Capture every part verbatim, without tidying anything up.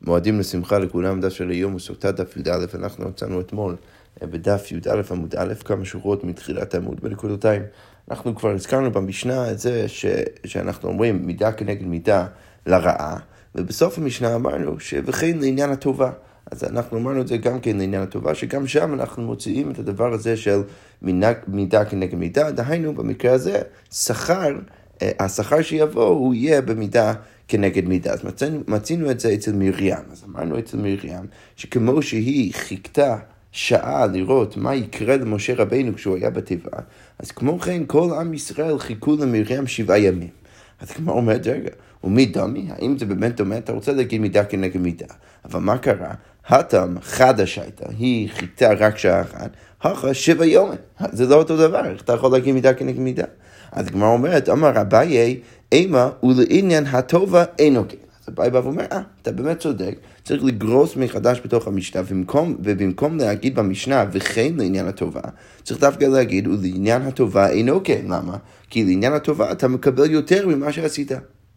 מועדים לשמחה לכולם, דף של היום הוא סוטה דף י"א, אנחנו מצאנו אתמול בדף י"א עמוד א' כמה שורות מתחילת העמוד בנקודותיים. אנחנו כבר הזכרנו במשנה את זה ש... שאנחנו אומרים מידה כנגד מידה לרעה, ובסוף המשנה אמרנו שבכן לעניין הטובה. אז אנחנו אמרנו את זה גם כן לעניין הטובה, שגם שם אנחנו מוציאים את הדבר הזה של מידה, מידה כנגד מידה, דהיינו במקרה הזה שכר, השכר שיבוא הוא יהיה במידה כנגד מידה. אז מצינו, מצינו את זה אצל מרים. אז אמרנו אצל מרים שכמו שהיא חיכתה שעה לראות מה יקרה למשה רבינו כשהוא היה בטבע, אז כמו כן כל עם ישראל חיכו למרים שבעה ימים. אז כמו אומרת, רגע, ומי דמי? האם זה באמת דומה? אתה רוצה להגיד מידה כנגד מידה. אבל מה קרה? התם חדש הייתה, היא חיכתה רק שעה אחת, הכה שבע יומים. זה לא אותו דבר, אתה יכול להגיד מידה כנגד מידה. אז הגמרא אומרת, אמר אביי, אימה ולעניין הטובה אינו כן. אז אביי בא ואומר, אה, אתה באמת צודק, צריך לגרוס מחדש בתוך המשנה, ובמקום, ובמקום להגיד במשנה וכן לעניין הטובה, צריך דווקא להגיד ולעניין הטובה אינו כן. למה? כי לעניין הטובה אתה מקבל יותר ממה שעשית.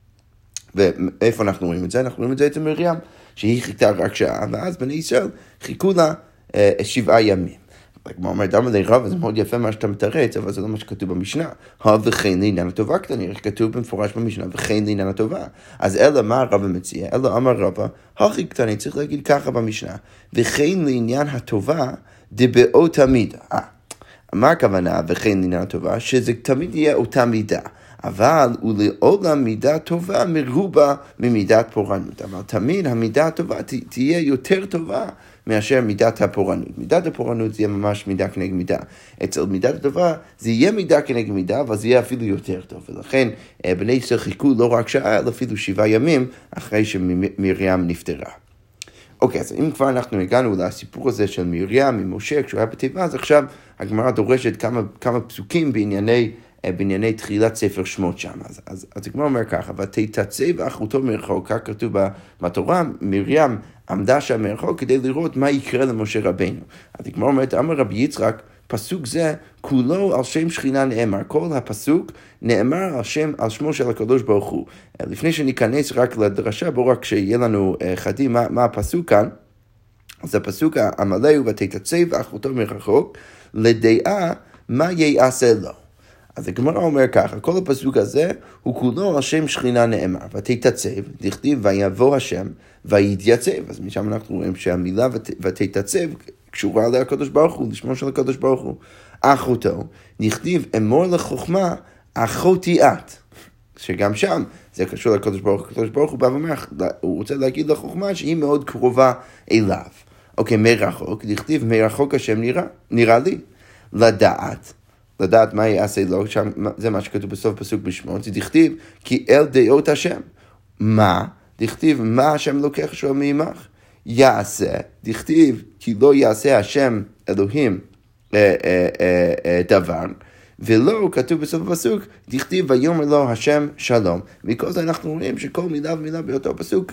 ואיפה אנחנו רואים את זה? אנחנו רואים את זה אצל מרים, שהיא חיכתה רק שעה, ואז בני ישראל חיכו לה אה, שבעה ימים. כמו אומר, דמה לי רב, זה מאוד יפה מה שאתה מתרץ, אבל זה לא מה שכתוב במשנה. וכן לעניין הטובה קטני, כתוב במפורש במשנה, וכן לעניין הטובה. אז אלא מה הרב מציע? אלא אמר רבא, הכי קטני, צריך להגיד ככה במשנה, וכן לעניין הטובה, דבאותה מידה. אה, מה הכוונה וכן לעניין הטובה? שזה תמיד יהיה אותה מידה. אבל ולעולם מידה טובה מרובה ממידת פורענות. אבל תמיד המידה הטובה תהיה יותר טובה מאשר מידת הפורענות. מידת הפורענות זה יהיה ממש מידה כנגד מידה. אצל מידת הטובה זה יהיה מידה כנגד מידה, אבל זה יהיה אפילו יותר טוב. ולכן בני ישראל חיכו לא רק שעה, אלא אפילו שבעה ימים אחרי שמרים נפטרה. אוקיי, אז אם כבר אנחנו הגענו לסיפור הזה של מרים ממשה כשהוא היה בטבע, אז עכשיו הגמרא דורשת כמה, כמה פסוקים בענייני בענייני תחילת ספר שמות שם. אז, אז, אז כמו אומר ככה, ותתצב אחותו מרחוק, כך כתוב בתורה, מרים עמדה שם מרחוק כדי לראות מה יקרה למשה רבינו. אז כמו אומרת, אמר רבי יצחק, פסוק זה כולו על שם שכינה נאמר, כל הפסוק נאמר על שם, על שמו של הקדוש ברוך הוא. לפני שניכנס רק לדרשה, בואו רק שיהיה לנו חדים מה, מה הפסוק כאן. אז הפסוק המלא הוא ותתצב אחותו מרחוק, לדעה מה יעשה לו. אז הגמרא אומר ככה, כל הפסוק הזה הוא כולו על שם שכינה נאמר, ותתצב, דכתיב ויבוא השם ויתייצב. אז משם אנחנו רואים שהמילה ותתצב קשורה לקדוש ברוך הוא, לשמו של הקדוש ברוך הוא. אחותו, דכתיב אמור לחוכמה אחותי את. שגם שם זה קשור לקדוש ברוך הוא. הקדוש ברוך הוא בא ואומר, הוא רוצה להגיד לחוכמה שהיא מאוד קרובה אליו. אוקיי, מרחוק, דכתיב מרחוק השם נראה, נראה לי. לדעת. לדעת מה יעשה לו, שם, זה מה שכתוב בסוף פסוק בשמות, זה דכתיב כי אל דעות השם. מה? דכתיב מה השם לוקח שואל מעמך? יעשה, דכתיב כי לא יעשה השם אלוהים אה, אה, אה, אה, דבר, ולא כתוב בסוף הפסוק, דכתיב ויאמר לו השם שלום. מכל זה אנחנו רואים שכל מילה ומילה באותו פסוק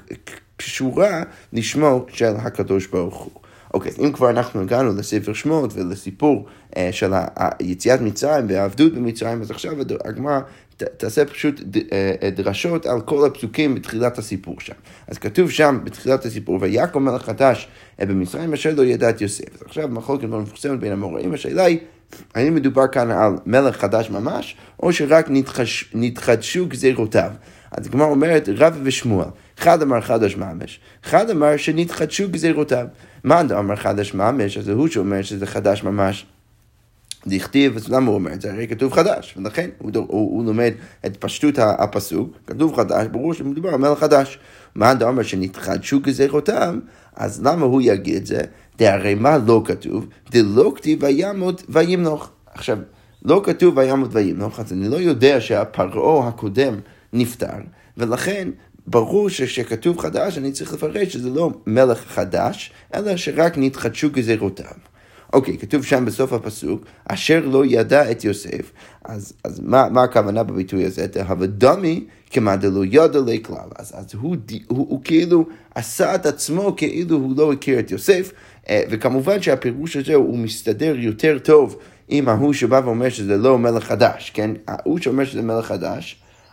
קשורה לשמו של הקדוש ברוך הוא. אוקיי, אז אם כבר אנחנו הגענו לספר שמות ולסיפור אה, של היציאת מצרים והעבדות במצרים, אז עכשיו הגמרא ת, תעשה פשוט ד, אה, דרשות על כל הפסוקים בתחילת הסיפור שם. אז כתוב שם בתחילת הסיפור, ויעקב מלך חדש אה, במצרים אשר לא ידע את יוסף. אז עכשיו מחלוקת מאוד מפורסמת בין המוראים, השאלה היא, האם מדובר כאן על מלך חדש ממש, או שרק נתחש, נתחדשו גזירותיו. אז הגמרא אומרת, רב ושמואל, אחד אמר חדש ממש, אחד אמר שנתחדשו גזירותיו. מה אמר חדש ממש? אז הוא שאומר שזה חדש ממש. דכתיב, אז למה הוא אומר את זה? הרי כתוב חדש, ולכן הוא, הוא, הוא לומד את פשטות הפסוק, כתוב חדש, ברור שמדובר על מלך חדש. מה אמר שנתחדשו גזירותיו? אז למה הוא יגיד את זה? הרי מה לא כתוב? דלא כתיב וימות וימנוך. עכשיו, לא כתוב וימות וימנוך, אז אני לא יודע שהפרעה הקודם נפטר, ולכן ברור שכשכתוב חדש אני צריך לפרש שזה לא מלך חדש, אלא שרק נתחדשו גזירותיו. אוקיי, כתוב שם בסוף הפסוק, אשר לא ידע את יוסף, אז, אז מה, מה הכוונה בביטוי הזה? הבדמי כמה דלא ידע לכלל, אז, אז הוא, הוא, הוא כאילו עשה את עצמו כאילו הוא לא הכיר את יוסף, וכמובן שהפירוש הזה הוא מסתדר יותר טוב עם ההוא שבא ואומר שזה לא מלך חדש, כן? ההוא שאומר שזה מלך חדש,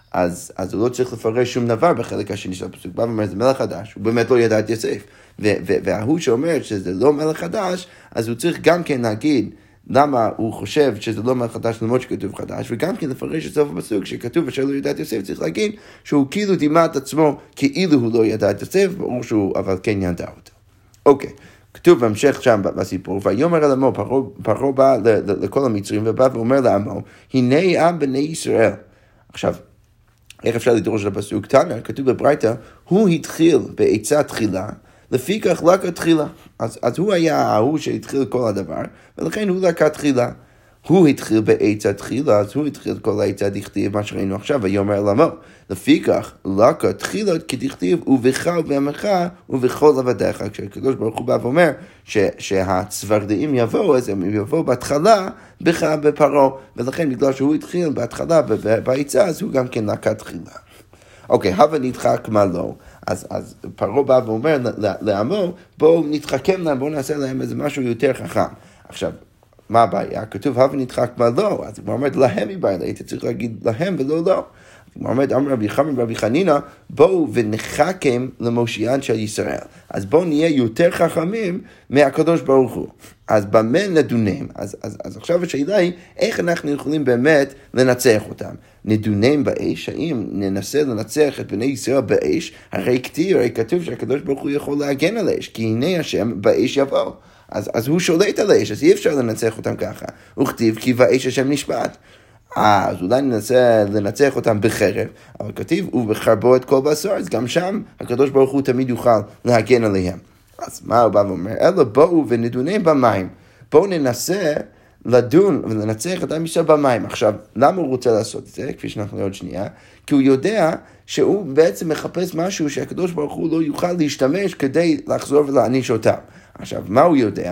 אז, אז הוא לא צריך לפרש שום דבר בחלק השני של הפסוק. בא ואומר, זה מלך חדש, הוא באמת לא ידע את יוסף. וההוא שאומר שזה לא מלך חדש, אז הוא צריך גם כן להגיד למה הוא חושב שזה לא מלך חדש למרות שכתוב חדש, וגם כן לפרש את סוף הפסוק שכתוב אשר לא ידע את יוסף, צריך להגיד שהוא כאילו דימה את עצמו כאילו הוא לא ידע את יוסף, ברור שהוא אבל כן ידע אותו. אוקיי, כתוב בהמשך שם בסיפור, ויאמר אל עמו, פרעה בא לכל המצרים ובא ואומר לעמו, הנה עם בני ישראל. עכשיו, איך אפשר לדרוש לפסוק? תנא, כתוב בברייתא, הוא התחיל בעצה תחילה, לפי כך לקה תחילה. אז, אז הוא היה ההוא שהתחיל כל הדבר, ולכן הוא לקה תחילה. הוא התחיל בעצה תחילה, אז הוא התחיל כל העצה דכתיב, מה שראינו עכשיו, ויאמר לעמו. לפי כך לקה תחילה כדכתיב, ובך ובעמך ובכל עבדיך. כשהקדוש ברוך הוא בא ואומר ש, שהצוורדעים יבואו, אז הם יבואו בהתחלה בך בפרעה, ולכן בגלל שהוא התחיל בהתחלה בעצה, אז הוא גם כן לקה תחילה. אוקיי, הווה נדחק מה לא. אז, אז פרעה בא ואומר לעמו, בואו נתחכם להם, בואו נעשה להם איזה משהו יותר חכם. עכשיו, מה הבעיה? כתוב הווה נדחק מה לא. אז הוא אומר להם היא בעיה, היית צריך להגיד להם ולא לא. הוא אומר, אמר רבי חמי רבי חנינא, בואו ונחכם למושיען של ישראל. אז בואו נהיה יותר חכמים מהקדוש ברוך הוא. אז במה נדונם? אז, אז, אז עכשיו השאלה היא, איך אנחנו יכולים באמת לנצח אותם? נדונם באש, האם ננסה לנצח את בני ישראל באש? הרי כתיר, הרי כתוב שהקדוש ברוך הוא יכול להגן על האש, כי הנה השם באש יבוא. אז, אז הוא שולט על האש, אז אי אפשר לנצח אותם ככה. הוא כתיב כי באש השם נשפט. אה, אז אולי ננסה לנצח אותם בחרב, אבל כתיב, ובחרבו את כל בשר, אז גם שם הקדוש ברוך הוא תמיד יוכל להגן עליהם. אז מה הוא בא ואומר? אלא בואו ונדונם במים. בואו ננסה לדון ולנצח את עם ישראל במים. עכשיו, למה הוא רוצה לעשות את זה? כפי שאנחנו עוד שנייה. כי הוא יודע שהוא בעצם מחפש משהו שהקדוש ברוך הוא לא יוכל להשתמש כדי לחזור ולעניש אותם. עכשיו, מה הוא יודע?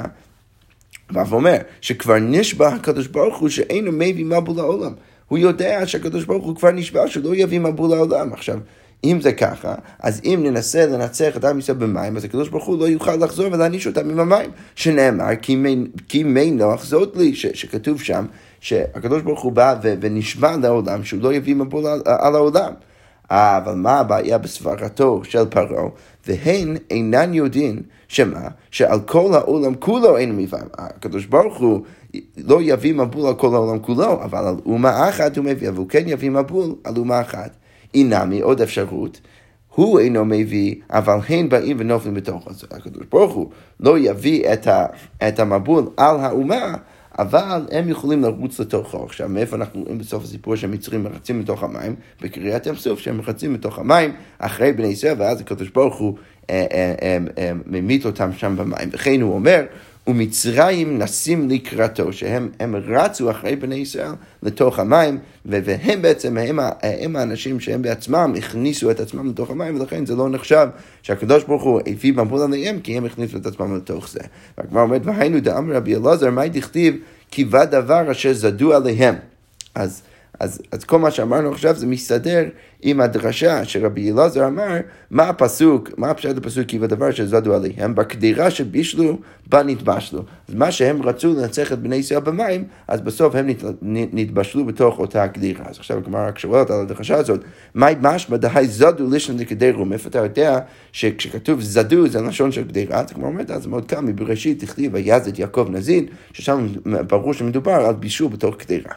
ואומר שכבר נשבע הקדוש ברוך הוא שאינו מביא מבול לעולם. הוא יודע שהקדוש ברוך הוא כבר נשבע שלא יביא מבול לעולם. עכשיו, אם זה ככה, אז אם ננסה לנצח את עם ישראל במים, אז הקדוש ברוך הוא לא יוכל לחזור ולהניש אותם עם המים. שנאמר, כי מי, כי מי נוח זאת לי, ש, שכתוב שם, שהקדוש ברוך הוא בא ו, ונשבע לעולם שהוא לא יביא מבול על, על העולם. אבל מה הבעיה בסברתו של פרעה? והן אינן יודעים שמה? שעל כל העולם כולו אין מביא. הקדוש ברוך הוא לא יביא מבול על כל העולם כולו, אבל על אומה אחת הוא מביא, והוא כן יביא מבול על אומה אחת. אינמי עוד אפשרות, הוא אינו מביא, אבל הן באים ונופלים בתוך. אז הקדוש ברוך הוא לא יביא את, ה, את המבול על האומה, אבל הם יכולים לרוץ לתוכו. עכשיו, מאיפה אנחנו רואים בסוף הסיפור שהמצרים מרצים מתוך המים, בקריאת ים סוף שהם מרצים מתוך המים, אחרי בני ישראל, ואז הקדוש ברוך הוא אה, אה, אה, אה, ממית אותם שם במים. וכן הוא אומר, ומצרים נסים לקראתו, שהם הם רצו אחרי בני ישראל לתוך המים, והם בעצם, הם, הם האנשים שהם בעצמם הכניסו את עצמם לתוך המים, ולכן זה לא נחשב שהקדוש ברוך הוא הביא מבול עליהם, כי הם הכניסו את עצמם לתוך זה. והגמרא אומרת, והיינו דאמר רבי אלעזר, מה דכתיב? כי בדבר אשר זדו עליהם. אז אז, אז כל מה שאמרנו עכשיו זה מסתדר עם הדרשה שרבי אלעזר אמר, מה הפסוק, מה הפשט הפסוק, כי בדבר שזדו עליהם, בקדירה שבישלו, בה נתבשלו. אז מה שהם רצו לנצח את בני ישראל במים, אז בסוף הם נת, נתבשלו בתוך אותה קדירה. אז עכשיו הגמרא רק שואלת על הדרשה הזאת, מה משמע דהי זדו לשון לקדירו? מאיפה אתה יודע שכשכתוב זדו זה לשון של קדירה? אז כמו אומרת, אז מאוד קל, מבראשית תכתיב ויעז יעקב נזין, ששם ברור שמדובר על בישול בתוך קדירה.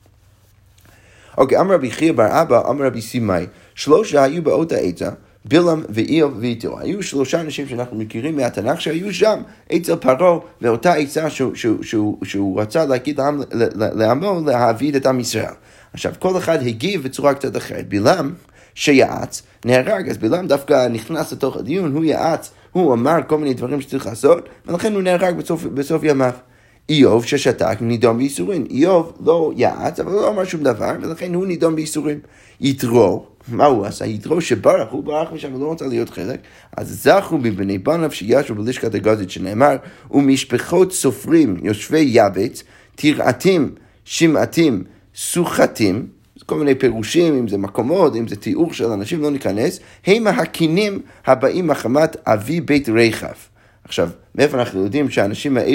אוקיי, אמר רבי חייא בר אבא, אמר רבי סימאי, שלושה היו באותה עצה, בלעם ואיוב ואיתו. היו שלושה אנשים שאנחנו מכירים מהתנ"ך שהיו שם, אצל פרעה, ואותה עצה שהוא, שהוא, שהוא, שהוא רצה להגיד לעם, לעמו להעביד את עם ישראל. עכשיו, כל אחד הגיב בצורה קצת אחרת. בלעם שיעץ, נהרג, אז בלעם דווקא נכנס לתוך הדיון, הוא יעץ, הוא אמר כל מיני דברים שצריך לעשות, ולכן הוא נהרג בסוף, בסוף ימיו. איוב ששתק נידון בייסורים. איוב לא יעץ, אבל לא אמר שום דבר, ולכן הוא נידון בייסורים. יתרו, מה הוא עשה? יתרו שברח, הוא ברח משם ולא רוצה להיות חלק, אז זכו מבני בניו שישו בלשכת הגזית שנאמר, ומשפחות סופרים יושבי יבץ, תרעתים, שמעתים, סוחתים, כל מיני פירושים, אם זה מקומות, אם זה תיאור של אנשים, לא ניכנס, הם ההקינים הבאים מחמת אבי בית רחב. עכשיו, מאיפה אנחנו יודעים שהאנשים האלו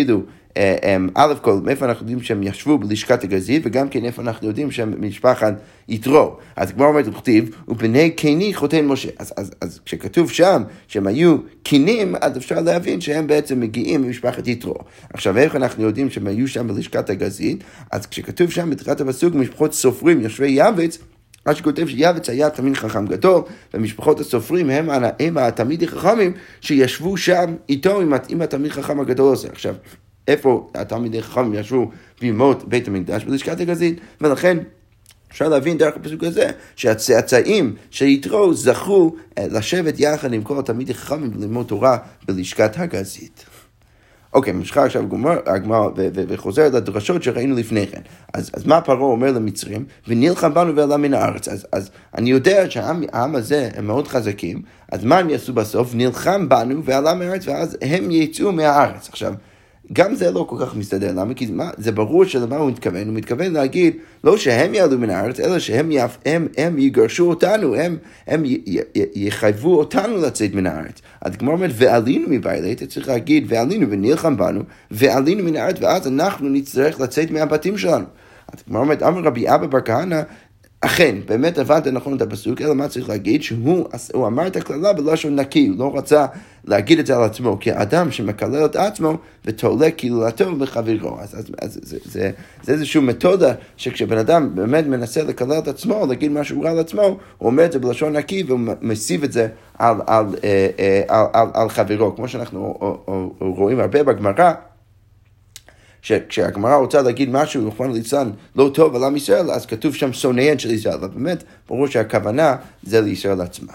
א' כל, מאיפה אנחנו יודעים שהם ישבו בלשכת הגזית, וגם כן איפה אנחנו יודעים שהם משפחת יתרו. אז כמו אומרת, הוא כתיב, ובני קיני חותן משה. אז, אז, אז כשכתוב שם שהם היו קינים, אז אפשר להבין שהם בעצם מגיעים ממשפחת יתרו. עכשיו, איך אנחנו יודעים שהם היו שם בלשכת הגזית? אז כשכתוב שם בתחילת הפסוק, משפחות סופרים, יושבי יבץ, מה שכותב שיבץ היה תלמיד חכם גדול, ומשפחות הסופרים הם, הם התלמידי חכמים שישבו שם איתו עם, עם התלמיד חכם הגדול הזה. עכשיו, איפה התלמידי חכמים ישבו בימות בית המקדש בלשכת הגזית, ולכן אפשר להבין דרך הפסוק הזה שהצאצאים של יתרו זכו לשבת יחד עם כל התלמידי חכמים וללמוד תורה בלשכת הגזית. אוקיי, ממשיכה עכשיו הגמרא וחוזר לדרשות שראינו לפני כן. אז, אז מה פרעה אומר למצרים? ונלחם בנו ועלה מן הארץ. אז, אז אני יודע שהעם הזה הם מאוד חזקים, אז מה הם יעשו בסוף? נלחם בנו ועלה מהארץ, ואז הם יצאו מהארץ. עכשיו, גם זה לא כל כך מסתדר. למה? כי מה, זה ברור שלמה הוא מתכוון. הוא מתכוון להגיד, לא שהם יעלו מן הארץ, אלא שהם יפ, הם, הם יגרשו אותנו, הם, הם י, י, י, יחייבו אותנו לצאת מן הארץ. אז כמו אומרת, ועלינו מבעלי, אתה צריך להגיד, ועלינו ונלחם בנו, ועלינו מן הארץ, ואז אנחנו נצטרך לצאת מהבתים שלנו. אז כמו אומרת, אמר רבי אבא בר כהנא, אכן, באמת הבנת נכון את הפסוק, אלא מה צריך להגיד? שהוא הוא אמר את הכללה בלשון נקי, הוא לא רצה להגיד את זה על עצמו, כי האדם שמקלל את עצמו ותולה קללתו בחברו. אז, אז, אז זה, זה, זה איזושהי מתודה שכשבן אדם באמת מנסה לקלל את עצמו, להגיד משהו רע על עצמו, הוא אומר את זה בלשון נקי והוא מסיב את זה על, על, על, על, על, על חברו, כמו שאנחנו רואים הרבה בגמרא, שכשהגמרא רוצה להגיד משהו, רחמנא ליצלן, לא טוב על עם ישראל, אז כתוב שם שונאיהן של ישראל, ובאמת ברור שהכוונה זה לישראל עצמה.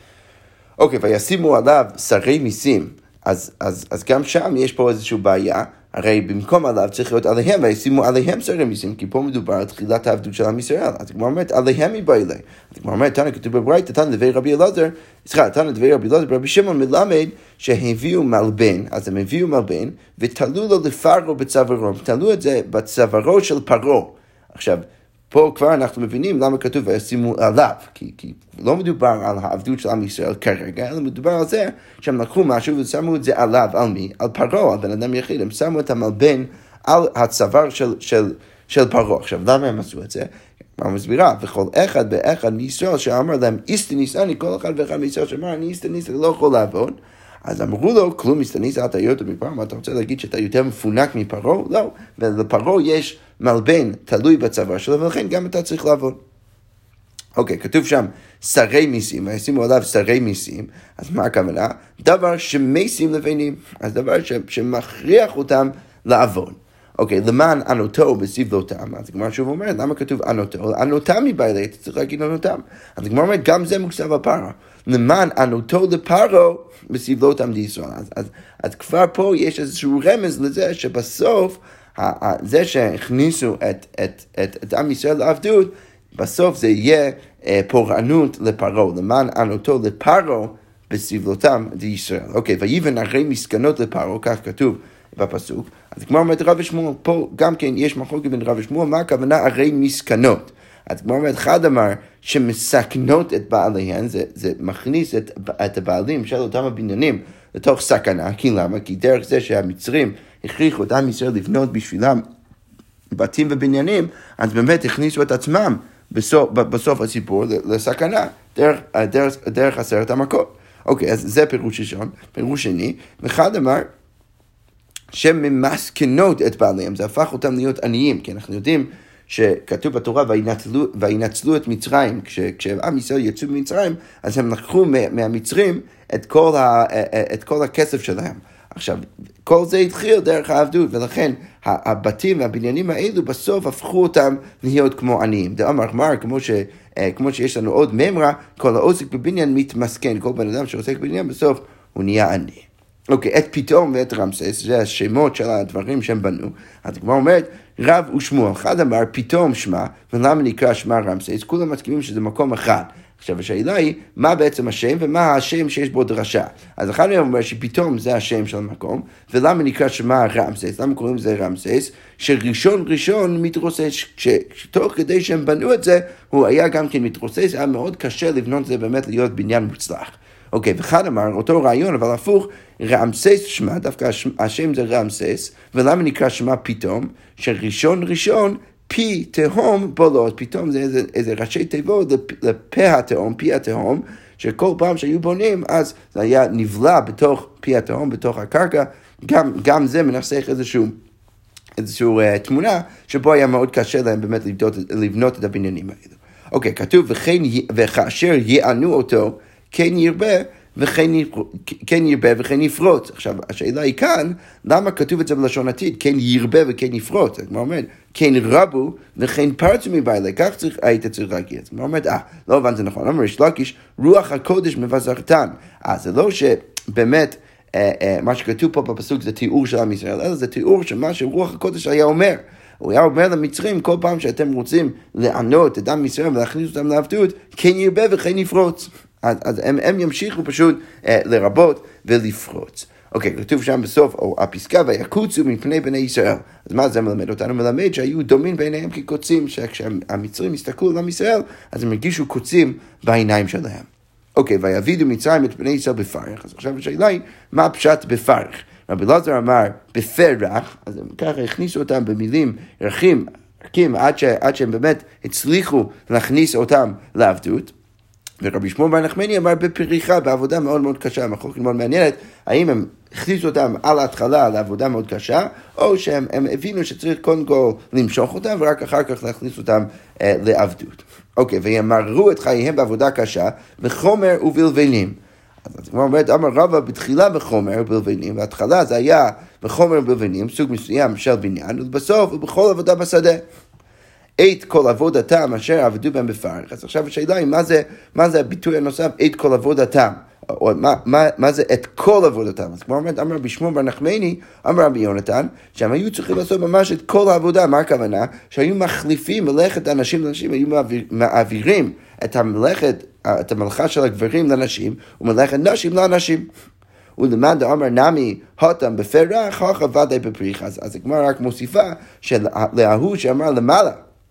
אוקיי, וישימו עליו שרי מיסים, אז, אז, אז גם שם יש פה איזושהי בעיה, הרי במקום עליו צריך להיות עליהם, וישימו עליהם שרי מיסים, כי פה מדובר על תחילת העבדות של עם ישראל, אז כמו אומרת, עליהם היא באה אלי. אז כמו אומרת, תנא כתוב בברייתא, תנא דברי רבי אלעזר, סליחה, תנא דברי רבי אלעזר, רבי שמעון מלמד שהביאו מלבן, אז הם הביאו מלבן, ותלו לו לפרעה בצווארו, תלו את זה בצווארו של פרעה. עכשיו, פה כבר אנחנו מבינים למה כתוב וישימו עליו, כי, כי לא מדובר על העבדות של עם ישראל כרגע, אלא מדובר על זה שהם לקחו משהו ושמו את זה עליו, על מי? על פרעה, על בן אדם יחיד, הם שמו את המלבן על הצוואר של, של, של פרעה. עכשיו, למה הם עשו את זה? מה מסבירה? וכל אחד ואחד מישראל שאמר להם, איסטניס, אני כל אחד ואחד מישראל שאמר, אני איסטניס, אני לא יכול לעבוד. אז אמרו לו, כלום איסטניס, אתה יותר מפרעה, מה אתה רוצה להגיד שאתה יותר מפונק מפרעה? לא, ולפרעה יש מלבן תלוי בצוואר שלו, ולכן גם אתה צריך לעבוד. אוקיי, כתוב שם שרי מיסים, וישימו עליו שרי מיסים, אז מה הכוונה? דבר שמסים לבנים, אז דבר ש, שמכריח אותם לעבוד. אוקיי, למען ענותו בסבלותם, אז הגמרא שוב אומרת, למה כתוב ענותו? ענותם מבעלי, אתה צריך להגיד ענותם. אז הגמרא אומרת, גם זה מוקצב על פרעה. למען ענותו לפרעה בסבלותם דישראל. אז, אז, אז כבר פה יש איזשהו רמז לזה שבסוף, זה שהכניסו את, את, את, את עם ישראל לעבדות, בסוף זה יהיה פורענות לפרעה, למען ענותו לפרעה בסבלותם דישראל. אוקיי, ויבן הרי מסכנות לפרעה, כך כתוב בפסוק. אז כמו אומרת רב ושמואל, פה גם כן יש מחלוקת בין רב ושמואל, מה הכוונה הרי מסכנות? אז כמו אומרת, אחד אמר שמסכנות את בעליהן, זה, זה מכניס את, את הבעלים של אותם הבניינים לתוך סכנה, כי למה? כי דרך זה שהמצרים הכריחו את עם ישראל לבנות בשבילם בתים ובניינים, אז באמת הכניסו את עצמם בסוף, בסוף הסיפור לסכנה, דרך, דרך, דרך עשרת המכות. אוקיי, אז זה פירוש ראשון. פירוש שני, ואחד אמר שממסכנות את בעליהם, זה הפך אותם להיות עניים, כי אנחנו יודעים שכתוב בתורה, וינצלו, וינצלו את מצרים, כש, כשעם ישראל יצאו ממצרים, אז הם לקחו מהמצרים את כל, ה, את כל הכסף שלהם. עכשיו, כל זה התחיל דרך העבדות, ולכן הבתים והבניינים האלו בסוף הפכו אותם להיות כמו עניים. דאמר גמרא, כמו, ש, כמו שיש לנו עוד ממרה, כל העוסק בבניין מתמסכן, כל בן אדם שעוסק בבניין בסוף הוא נהיה עני. אוקיי, את פתאום ואת רמסס, זה השמות של הדברים שהם בנו. אז כמו אומרת, רב ושמואל, אחד אמר פתאום שמה, ולמה נקרא שמה רמסס? כולם מסכימים שזה מקום אחד. עכשיו השאלה היא, מה בעצם השם ומה השם שיש בו דרשה? אז אחד מהם אומר שפתאום זה השם של המקום, ולמה נקרא שמה רמסס? למה קוראים לזה רמסס? שראשון ראשון מתרוסס, שתוך כדי שהם בנו את זה, הוא היה גם כן מתרוסס, היה מאוד קשה לבנות את זה באמת להיות בניין מוצלח. אוקיי, וכאן אמר, אותו רעיון, אבל הפוך, רעמסס שמה, דווקא השם זה רעמסס, ולמה נקרא שמה פתאום? שראשון ראשון, פי תהום בולות, פתאום זה איזה, איזה ראשי תיבות לפה התהום, פי התהום, שכל פעם שהיו בונים, אז זה היה נבלע בתוך פי התהום, בתוך הקרקע, גם, גם זה מנסח איזשהו, איזשהו uh, תמונה, שבו היה מאוד קשה להם באמת לבנות, לבנות את הבניינים האלו. אוקיי, כתוב, וכן, וכאשר יענו אותו, כן ירבה, וכן, כן ירבה וכן יפרוץ. עכשיו, השאלה היא כאן, למה כתוב את זה בלשון עתיד? כן ירבה וכן יפרוץ. כמו אומר, כן רבו וכן פרצו מבעלה. כך צריך, היית צריך להגיד. כמו אומר, אה, לא הבנת, זה נכון. אומר, יש לקיש, רוח הקודש מבזרתן. אה, זה לא שבאמת, אה, אה, מה שכתוב פה בפסוק זה תיאור של עם ישראל, אלא זה תיאור של מה שרוח הקודש היה אומר. הוא היה אומר למצרים, כל פעם שאתם רוצים לענות את עם ישראל ולהכניס אותם לעבדות, כן ירבה וכן יפרוץ. אז, אז הם, הם ימשיכו פשוט אה, לרבות ולפרוץ. אוקיי, כתוב שם בסוף, או הפסקה, ויקוצו מפני בני ישראל. אז מה זה מלמד אותנו? מלמד שהיו דומים בעיניהם כקוצים, שכשהמצרים הסתכלו על עם ישראל, אז הם הרגישו קוצים בעיניים שלהם. אוקיי, ויבידו מצרים את בני ישראל בפרך. אז עכשיו השאלה היא, מה הפשט בפרך? רבי אלעזר אמר בפרח, אז הם ככה הכניסו אותם במילים רכים, רכים, עד, ש, עד שהם באמת הצליחו להכניס אותם לעבדות. ורבי שמואל בר נחמני אמר בפריחה, בעבודה מאוד מאוד קשה, מחלוקת מאוד מעניינת, האם הם הכניסו אותם על ההתחלה לעבודה מאוד קשה, או שהם הם הבינו שצריך קודם כל למשוך אותם, ורק אחר כך להכניס אותם אה, לעבדות. אוקיי, וימררו את חייהם בעבודה קשה, וחומר ובלבנים. אז כמו אומרת, אמר רבא בתחילה בחומר ובלבנים, וההתחלה זה היה בחומר ובלבנים, סוג מסוים של בניין, ובסוף ובכל עבודה בשדה. את כל עבודתם אשר עבדו בהם בפרך. אז עכשיו השאלה היא, מה זה, מה זה הביטוי הנוסף, את כל עבודתם? או מה, מה, מה זה את כל עבודתם? אז כמו אומרת, אמר רבי שמואל בר נחמני, אמר רבי יונתן, שהם היו צריכים לעשות ממש את כל העבודה. מה הכוונה? שהיו מחליפים מלאכת אנשים לאנשים, היו מעביר, מעבירים את המלאכת, את המלאכה של הגברים לנשים, ומלאכת נשים לאנשים. ולמד אמר נמי הותם בפרח, הוכה ודאי בפריך. אז, אז הגמרא רק מוסיפה, שלהוא שאמר למעלה,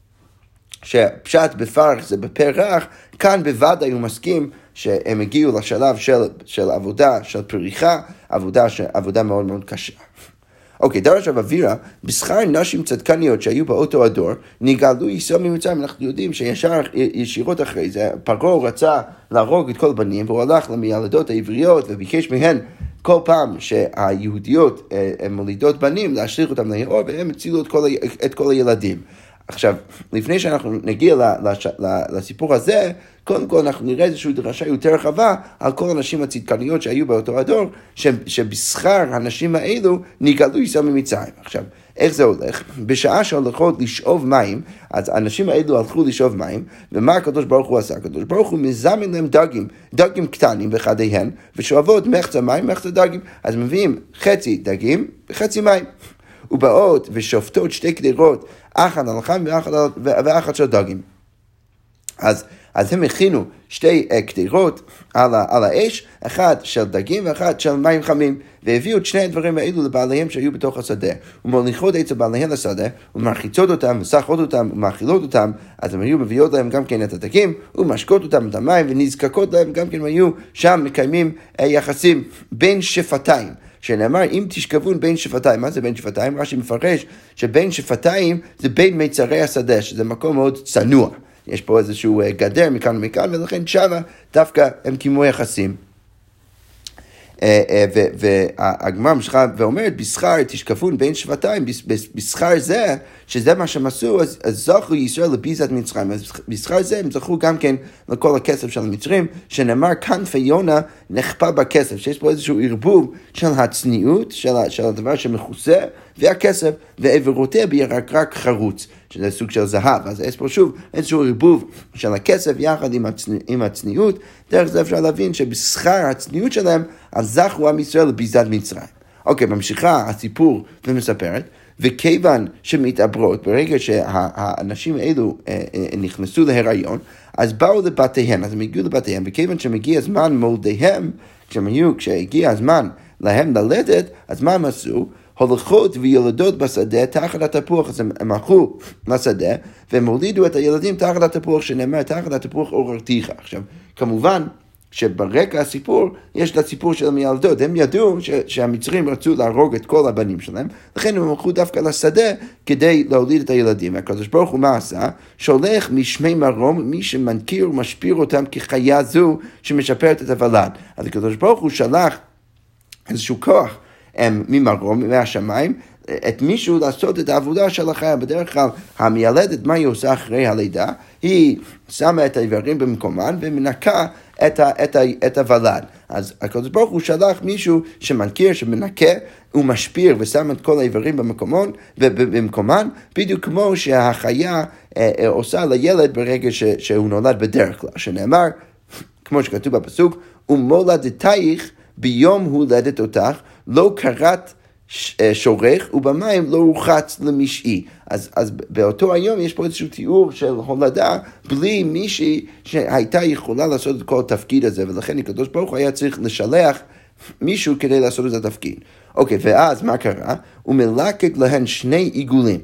שפשט בפרח זה בפרח, כאן בוודאי הוא מסכים שהם הגיעו לשלב של, של עבודה, של פריחה, עבודה, עבודה מאוד מאוד קשה. אוקיי, דרש רב אבירא, בשכר נשים צדקניות שהיו באותו הדור, נגאלו ישראל ממצרים. אנחנו יודעים שישר ישירות אחרי זה, פרעה רצה להרוג את כל הבנים, והוא הלך למיילדות העבריות וביקש מהן כל פעם שהיהודיות מולידות בנים, להשליך אותם ליאור, והם הצילו את כל, את כל הילדים. עכשיו, לפני שאנחנו נגיע לסיפור הזה, קודם כל אנחנו נראה איזושהי דרשה יותר רחבה על כל הנשים הצדקניות שהיו באותו הדור, שבשכר הנשים האלו נגאלו ישראל ממצרים. עכשיו, איך זה הולך? בשעה שהולכות לשאוב מים, אז האנשים האלו הלכו לשאוב מים, ומה הקדוש ברוך הוא עשה? הקדוש ברוך הוא מזמן להם דגים, דגים קטנים בחדיהן, ושואבות מחצה מים, מחצה דגים. אז מביאים חצי דגים וחצי מים. ובאות ושופטות שתי קדירות, אחת על החם ואחת של דגים. אז, אז הם הכינו שתי קדירות על, על האש, אחת של דגים ואחת של מים חמים, והביאו את שני הדברים האלו לבעליהם שהיו בתוך השדה, ומוליכות אצל בעליהם לשדה, ומרחיצות אותם, וסחות אותם, ומאכילות אותם, אז הם היו מביאות להם גם כן את הדגים, ומשקות אותם את המים, ונזקקות להם גם כן היו שם מקיימים יחסים בין שפתיים. שנאמר, אם תשכבון בין שפתיים, מה זה בין שפתיים? רש"י מפרש שבין שפתיים זה בין מיצרי השדה, שזה מקום מאוד צנוע. יש פה איזשהו גדר מכאן ומכאן, ולכן שמה דווקא הם קיימו יחסים. והגמרא ממשיכה ואומרת, בשכר תשכבון בין שפתיים, בשכר זה, שזה מה שהם עשו, אז זכו ישראל לביזת מצרים. אז בשכר זה הם זכו גם כן לכל הכסף של המצרים, שנאמר כנפי יונה נחפה בכסף, שיש פה איזשהו ערבוב של הצניעות, של הדבר שמכוסה, והכסף, ועברותיה בירקרק חרוץ, שזה סוג של זהב. אז יש פה שוב איזשהו ערבוב של הכסף יחד עם, הצנ... עם הצניעות. דרך זה אפשר להבין שבשכר הצניעות שלהם, אז זכו עם ישראל לביזת מצרים. אוקיי, ממשיכה הסיפור ומספרת, וכיוון שמתעברות, ברגע שהאנשים האלו נכנסו להיריון, אז באו לבתיהם, אז הם הגיעו לבתיהם, וכיוון שמגיע הזמן מולדיהם, כשהגיע הזמן להם ללדת, אז מה הם עשו? הולכות וילדות בשדה תחת התפוח. אז הם, הם הלכו לשדה והם הולידו את הילדים תחת התפוח, שנאמר תחת התפוח עוררתיך. עכשיו, כמובן שברקע הסיפור יש את הסיפור של המיילדות. הם ידעו ש- שהמצרים רצו להרוג את כל הבנים שלהם, לכן הם הלכו דווקא לשדה כדי להוליד את הילדים. והקדוש ברוך הוא מה עשה? שולח משמי מרום מי שמנקיר ומשפיר אותם כחיה זו שמשפרת את הוולד. אז הקדוש ברוך הוא שלח איזשהו כוח ממרום, מהשמיים, את מישהו לעשות את העבודה של החיה. בדרך כלל המיילדת, מה היא עושה אחרי הלידה? היא שמה את האיברים במקומן ומנקה את, ה, את, ה, את הוולד. אז הקדוש ברוך הוא שלח מישהו שמנקיר, שמנקה ומשפיר ושם את כל האיברים במקומן, במקומן, בדיוק כמו שהחיה אה, אה, עושה לילד ברגע ש, שהוא נולד בדרך כלל, שנאמר, כמו שכתוב בפסוק, ומולדתייך ביום הולדת אותך, לא קראת שורך, ובמים לא רוחץ למשעי. אז, אז באותו היום יש פה איזשהו תיאור של הולדה, בלי מישהי שהייתה יכולה לעשות את כל התפקיד הזה, ולכן הקדוש ברוך הוא היה צריך לשלח מישהו כדי לעשות את התפקיד. אוקיי, ואז מה קרה? הוא מלקט להן שני עיגולים.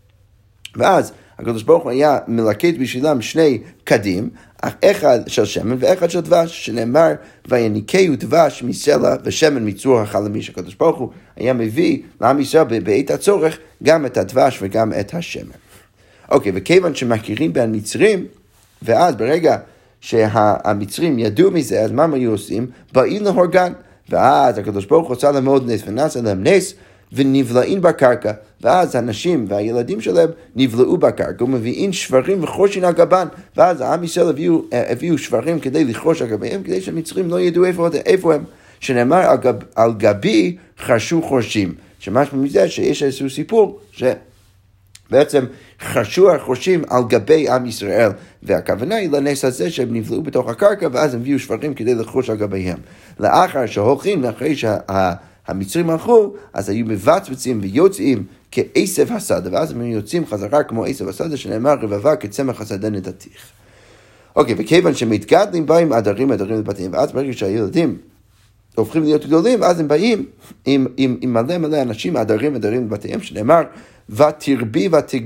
ואז הקדוש ברוך הוא היה מלקט בשבילם שני קדים, אחד של שמן ואחד של דבש, שנאמר, ויניקהו דבש מסלע ושמן מצור החלמיש. הקדוש ברוך הוא היה מביא לעם ישראל בעת הצורך גם את הדבש וגם את השמן. אוקיי, וכיוון שמכירים בין מצרים, ואז ברגע שהמצרים ידעו מזה, אז מה הם היו עושים? באים להורגן, ואז הקדוש ברוך הוא עשה להם עוד נס, ונעשה להם נס, ונבלעים בקרקע, ואז הנשים והילדים שלהם נבלעו בקרקע, ומביאים שברים וחושין על גבן, ואז העם ישראל הביאו, הביאו שברים כדי לחרוש על גביהם, כדי שהמצרים לא ידעו איפה, איפה הם, שנאמר על, גב, על גבי חרשו חורשים, שמשמע מזה שיש איזשהו סיפור, שבעצם חרשו החורשים על גבי עם ישראל, והכוונה היא לנס הזה שהם נבלעו בתוך הקרקע, ואז הם הביאו שברים כדי לחרוש על גביהם. לאחר שהולכים, אחרי שה... המצרים הלכו, אז היו מבצבצים ויוצאים כעשב השדה, ואז הם יוצאים חזרה כמו עשב השדה, שנאמר רבבה כצמח השדה נטתיך. אוקיי, וכיוון שמתגדלים באים עדרים עדרים לבתים, ואז ברגע שהילדים הופכים להיות גדולים, אז הם באים עם, עם, עם מלא מלא אנשים עדרים עדרים לבתיהם, שנאמר ותרבי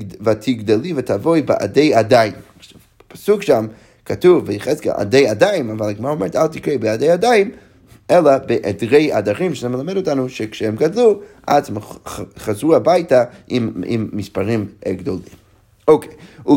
ותגדלי ותבואי בעדי עדיים. בפסוק שם כתוב ויחזקאל עדי עדיים, אבל הגמרא אומרת אל תקראי בעדי עדיים, אלא בעדרי עדרים, שזה מלמד אותנו שכשהם גדלו, אז הם חזרו הביתה עם, עם מספרים גדולים. אוקיי,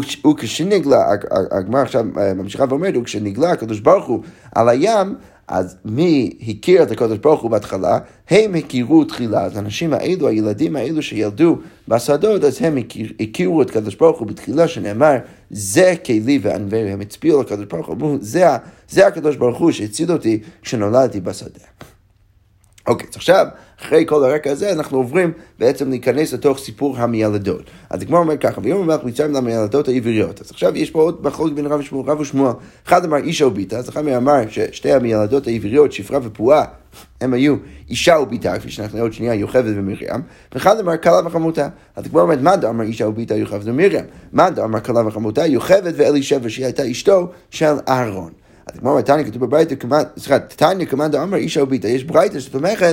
וכשנגלה, הגמרא עכשיו ממשיכה ואומרת, וכשנגלה הקדוש ברוך הוא על הים, אז מי הכיר את הקדוש ברוך הוא בהתחלה? הם הכירו תחילה. אז האנשים האלו, הילדים האלו שילדו בשדות, אז הם הכיר, הכירו את הקדוש ברוך הוא בתחילה, שנאמר, זה כלי וענווה. הם הצביעו לקדוש ברוך הוא, אמרו, זה, זה הקדוש ברוך הוא שהציל אותי כשנולדתי בשדה. אוקיי, אז עכשיו, אחרי כל הרקע הזה, אנחנו עוברים בעצם להיכנס לתוך סיפור המיילדות. אז כמו אומר ככה, ויום המלך מצרים למיילדות העבריות. אז עכשיו יש פה עוד מחלוקת בין רב ושמואל, רב ושמואל. אחד אמר אישה וביתה, אז אחד אמר ששתי המיילדות העבריות, שפרה ופועה, הם היו אישה וביתה, כפי שאנחנו עוד שנייה, יוכבד ומרים, ואחד אמר כלה וחמותה. אז כמו אומר, מה אמר אישה וביתה, יוכבד ומרים? מה אמר כלה וחמותה, יוכבד ואלישבע, שהיא הייתה אשתו של אהרון. אז כמו תניא כתוב בברייתא, סליחה, תניא כמאן דאמר אישה וביתה, יש ברייתא שתומכת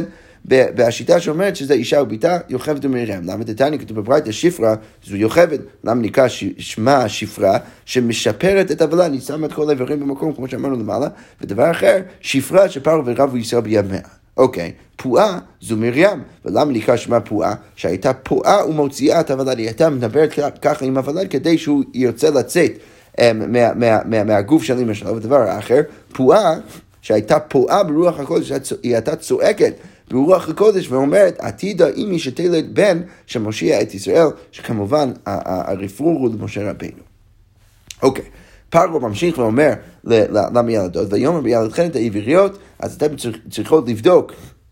בשיטה שאומרת שזה אישה וביתה, יוכבד ומרים. למה תניא כתוב בברייתא שפרה, זו יוכבד, למה נקרא שמה שפרה, שמשפרת את הוולד, היא שמה את כל האיברים במקום, כמו שאמרנו למעלה, ודבר אחר, שפרה שפרו ורבו ישראל בימיה. אוקיי, פועה זו מרים, ולמה נקרא שמה פועה? שהייתה פועה ומוציאה את הוולד, היא הייתה מדברת ככה עם הוולד כדי שהוא ירצה לצאת מה, מה, מה, מהגוף של אמא שלו. ודבר האחר, פועה שהייתה פועה ברוח הקודש, היא הייתה צועקת ברוח הקודש ואומרת, עתידה אמי שתלד בן שמושיע את ישראל, שכמובן הרפרור הוא למשה רבינו. אוקיי, פרעה ממשיך ואומר למיילדות, ויאמר בילדכן את העבריות, אז אתם צריכות לבדוק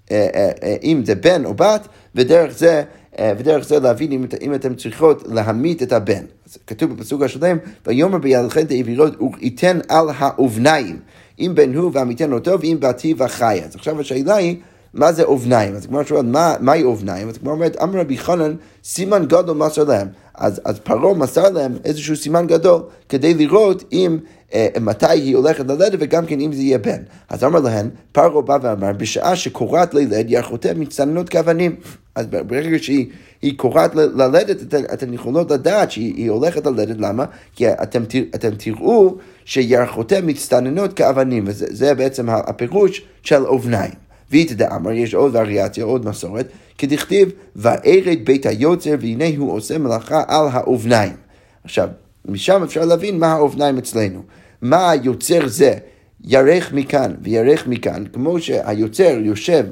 אם זה בן או בת, ודרך זה ודרך זה להבין אם, אם אתם צריכות להמית את הבן. אז כתוב בפסוק השלם, ויאמר בילדכן את העבריות, וייתן על האובניים, אם בן הוא ועמיתן אותו, ואם בתי וחיה. אז עכשיו השאלה היא, מה זה אובניים? אז כמו שואלת, מה, מהי אובניים? אז כמו אומרת, אמר רבי חנן, סימן גדול מסר להם. אז, אז פרעה מסר להם איזשהו סימן גדול, כדי לראות אם, אה, מתי היא הולכת ללדת, וגם כן אם זה יהיה בן. אז אמר להם, פרעה בא ואמר, בשעה שקוראת לילד, ירחותיהם מצטננות כאבנים. אז ברגע שהיא היא קוראת ללדת, אתן, אתן יכולות לדעת שהיא הולכת ללדת, למה? כי אתם, אתם תראו שירחותיהם מצטננות כאבנים, וזה בעצם הפירוש של אובניים. והיא תדאמר, יש עוד וריאציה, עוד מסורת, כדכתיב, וארד בית היוצר, והנה הוא עושה מלאכה על האובניים. עכשיו, משם אפשר להבין מה האובניים אצלנו. מה היוצר זה? ירך מכאן וירך מכאן, כמו שהיוצר יושב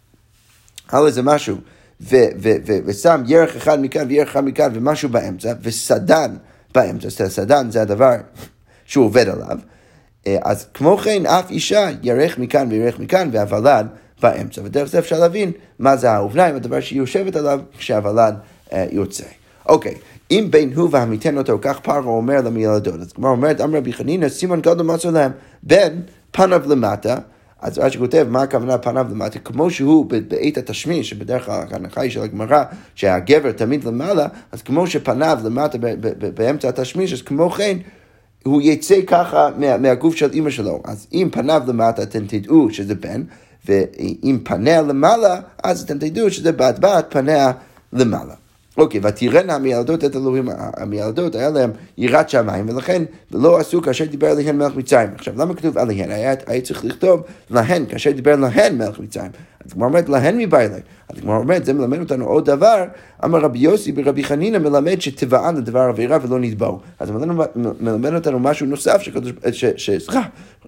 על איזה משהו, ו- ו- ו- ושם ירך אחד מכאן וירך אחד מכאן, ומשהו באמצע, וסדן באמצע, סדן זה הדבר שהוא עובד עליו, אז כמו כן אף אישה ירך מכאן וירך מכאן, והוולד באמצע, ודרך זה אפשר להבין מה זה האובניים, הדבר שהיא יושבת עליו כשהוולד אה, יוצא. אוקיי, אם בין הוא והמיתן אותו, כך פרעה אומר למילדות, אז כמו אומרת, אמר רבי חנינא, סימן גדול מצא להם, בין פניו למטה, אז רש"י כותב, מה הכוונה פניו למטה? כמו שהוא בעת התשמיש, שבדרך כלל ההנחה היא של הגמרא, שהגבר תמיד למעלה, אז כמו שפניו למטה באמצע התשמיש, אז כמו כן, הוא יצא ככה מה, מהגוף של אמא שלו. אז אם פניו למטה, אתם תדעו שזה בן, ואם פניה למעלה, אז אתם תדעו שזה בת בת, פניה למעלה. אוקיי, ותראינה המילדות את אלוהים, המילדות היה להם יראת שמיים, ולכן לא עשו כאשר דיבר אליהן מלך מצרים. עכשיו, למה כתוב עליהן? היה, היה צריך לכתוב להן, כאשר דיבר להן מלך מצרים. אז כמו אומרת, להן מבא אלי. אז כמו אומרת, זה מלמד אותנו עוד דבר, אמר רבי יוסי ברבי חנינא מלמד שטבען לדבר עבירה ולא נתבעו. אז מלמד אותנו משהו נוסף, סליחה,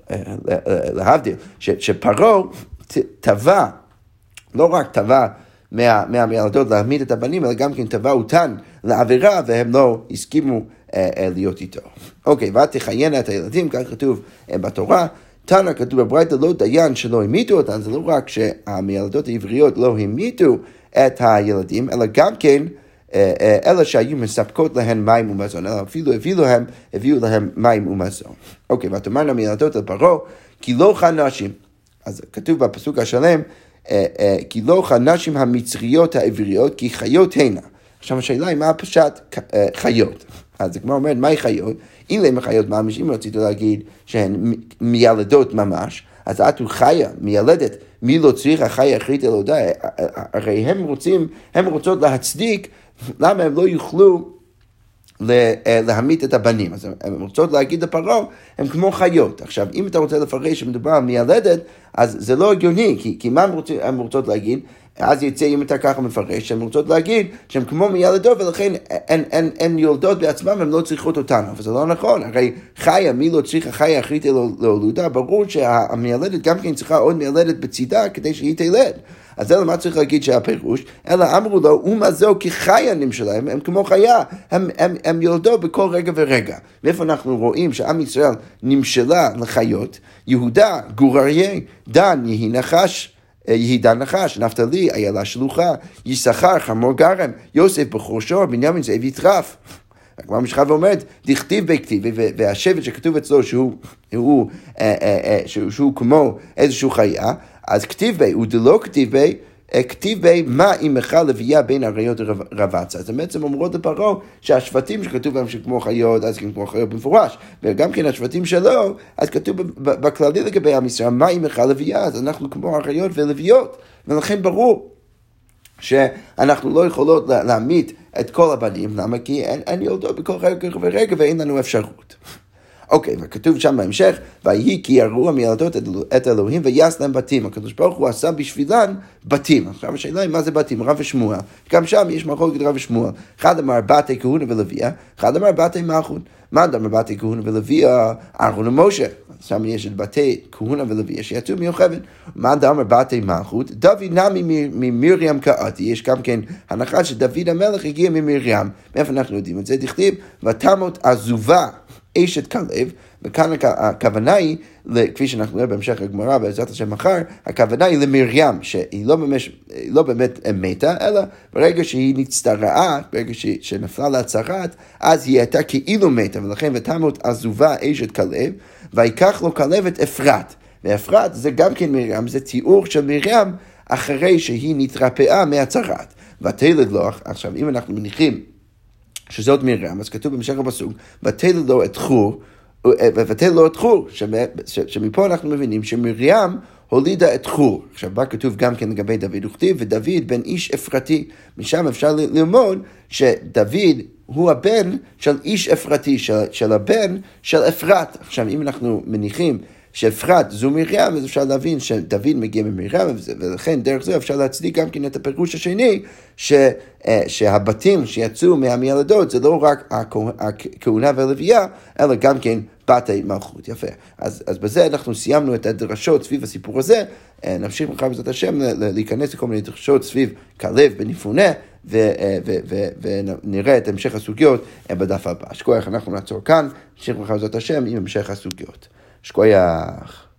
להבדיל, שפרעה טבע, לא רק טבע, מה, מהמילדות להעמיד את הבנים, אלא גם כן טבע אותן לעבירה, והם לא הסכימו אה, אה, להיות איתו. אוקיי, ותחיינה את הילדים, כך כתוב אה, בתורה, תנא כתוב בברייתא לא דיין שלא המיתו אותן, זה לא רק שהמילדות העבריות לא המיתו את הילדים, אלא גם כן, אה, אה, אלא שהיו מספקות להן מים ומזון, אלא אפילו הביאו להם, הביאו להם מים ומזון. אוקיי, ותאמרנה המילדות על פרעה, כי לא חן נשים, אז כתוב בפסוק השלם, כי לא הנשים המצריות העבריות, כי חיות הנה. עכשיו השאלה היא מה הפשט חיות. אז זה כמו אומרת, מהי חיות? אם להם חיות ממש, אם רצית להגיד שהן מיילדות ממש, אז את הוא חיה, מיילדת, מי לא צריך החיה אחרית אלוהי? הרי הם רוצים, הם רוצות להצדיק, למה הם לא יוכלו להמית את הבנים. אז הם רוצות להגיד לפרעה, הם כמו חיות. עכשיו, אם אתה רוצה לפרש שמדובר על מיילדת, אז זה לא הגיוני, כי, כי מה הם רוצות, הם רוצות להגיד? אז יצא, אם אתה ככה מפרש, הם רוצות להגיד שהם כמו מיילדות, ולכן הן, הן, הן יולדות בעצמם, הן לא צריכות אותנו. אבל זה לא נכון. הרי חיה, מי לא צריך החיה אחרית להולדה? ברור שהמיילדת גם כן צריכה עוד מיילדת בצידה, כדי שהיא תלד. אז זה למה צריך להגיד שהפירוש, אלא אמרו לו, ומה זו כחיינים שלהם, הם כמו חיה, הם, הם, הם יולדו בכל רגע ורגע. ואיפה אנחנו רואים שעם ישראל נמשלה לחיות, יהודה, גור אריה, דן, יהי נחש, יהי דן נחש, נפתלי, איילה שלוחה, יששכר, חמור גרם, יוסף בחור שור, בנימין זאב יטרף. כמו משחק ואומרת, דכתיב בכתיב, והשבט שכתוב אצלו שהוא, הוא, שהוא, שהוא כמו איזשהו חיה, אז כתיב בי, ודלא כתיב בי, כתיב בי מה אימך לביאה בין אריות רבצה. אז בעצם אומרות לפרעה שהשבטים שכתוב בהם שכמו חיות, אז כמו חיות במפורש, וגם כן השבטים שלו, אז כתוב בכללי לגבי עם ישראל, מה אימך לביאה, אז אנחנו כמו אריות ולוויות, ולכן ברור שאנחנו לא יכולות להעמיד את כל הבנים, למה? כי אין, אין יולדות בכל רגע ורגע ואין לנו אפשרות. אוקיי, וכתוב שם בהמשך, ויהי כי יראו המילדות את אלוהים ויעש להם בתים. הקדוש ברוך הוא עשה בשבילן בתים. עכשיו השאלה היא מה זה בתים? רב ושמואל. גם שם יש מחלוקת רב ושמואל. אחד אמר בתי כהונה ולוויה, אחד אמר בתי מלכות. מה אמר בתי כהונה ולוויה? אהרון ומשה. שם יש את בתי כהונה ולוויה שיצאו מיוחד. מה אמר בתי מלכות? דוד נמי ממרים קראתי. יש גם כן הנחה שדוד המלך הגיע ממרים. מאיפה אנחנו יודעים את זה? דכתיב ותמות עזובה אשת כלב, וכאן הכוונה היא, כפי שאנחנו נראה בהמשך הגמרא, בעזרת השם מחר, הכוונה היא למרים, שהיא לא באמת, לא באמת מתה, אלא ברגע שהיא נצטרעה, ברגע שנפלה להצהרת, אז היא הייתה כאילו מתה, ולכן ותמות עזובה אשת כלב, ויקח לו כלב את אפרת, ואפרת זה גם כן מרים, זה תיאור של מרים, אחרי שהיא נתרפאה מהצהרת, ותלד לו, עכשיו אם אנחנו מניחים, שזאת מרים, אז כתוב במשך הפסוק, ותן לו את חור, ותן לו את חור, שמפה אנחנו מבינים שמרים הולידה את חור. עכשיו, בא כתוב גם כן לגבי דוד וכתיב, ודוד בן איש אפרתי. משם אפשר ללמוד שדוד הוא הבן של איש אפרתי, של, של הבן של אפרת. עכשיו, אם אנחנו מניחים שאפרת זו מרים, אז אפשר להבין שדוד מגיע ממרים, ולכן דרך זה אפשר להצדיק גם כן את הפירוש השני, ש, שהבתים שיצאו מהמילדות זה לא רק הכהונה והלוויה, אלא גם כן בת המלכות. יפה. אז, אז בזה אנחנו סיימנו את הדרשות סביב הסיפור הזה, נמשיך מחר בעזרת השם להיכנס לכל מיני דרשות סביב כלב בן יפונה, ונראה את המשך הסוגיות בדף הבא. שכוח, אנחנו נעצור כאן, נמשיך מחר בעזרת השם עם המשך הסוגיות. שכוח.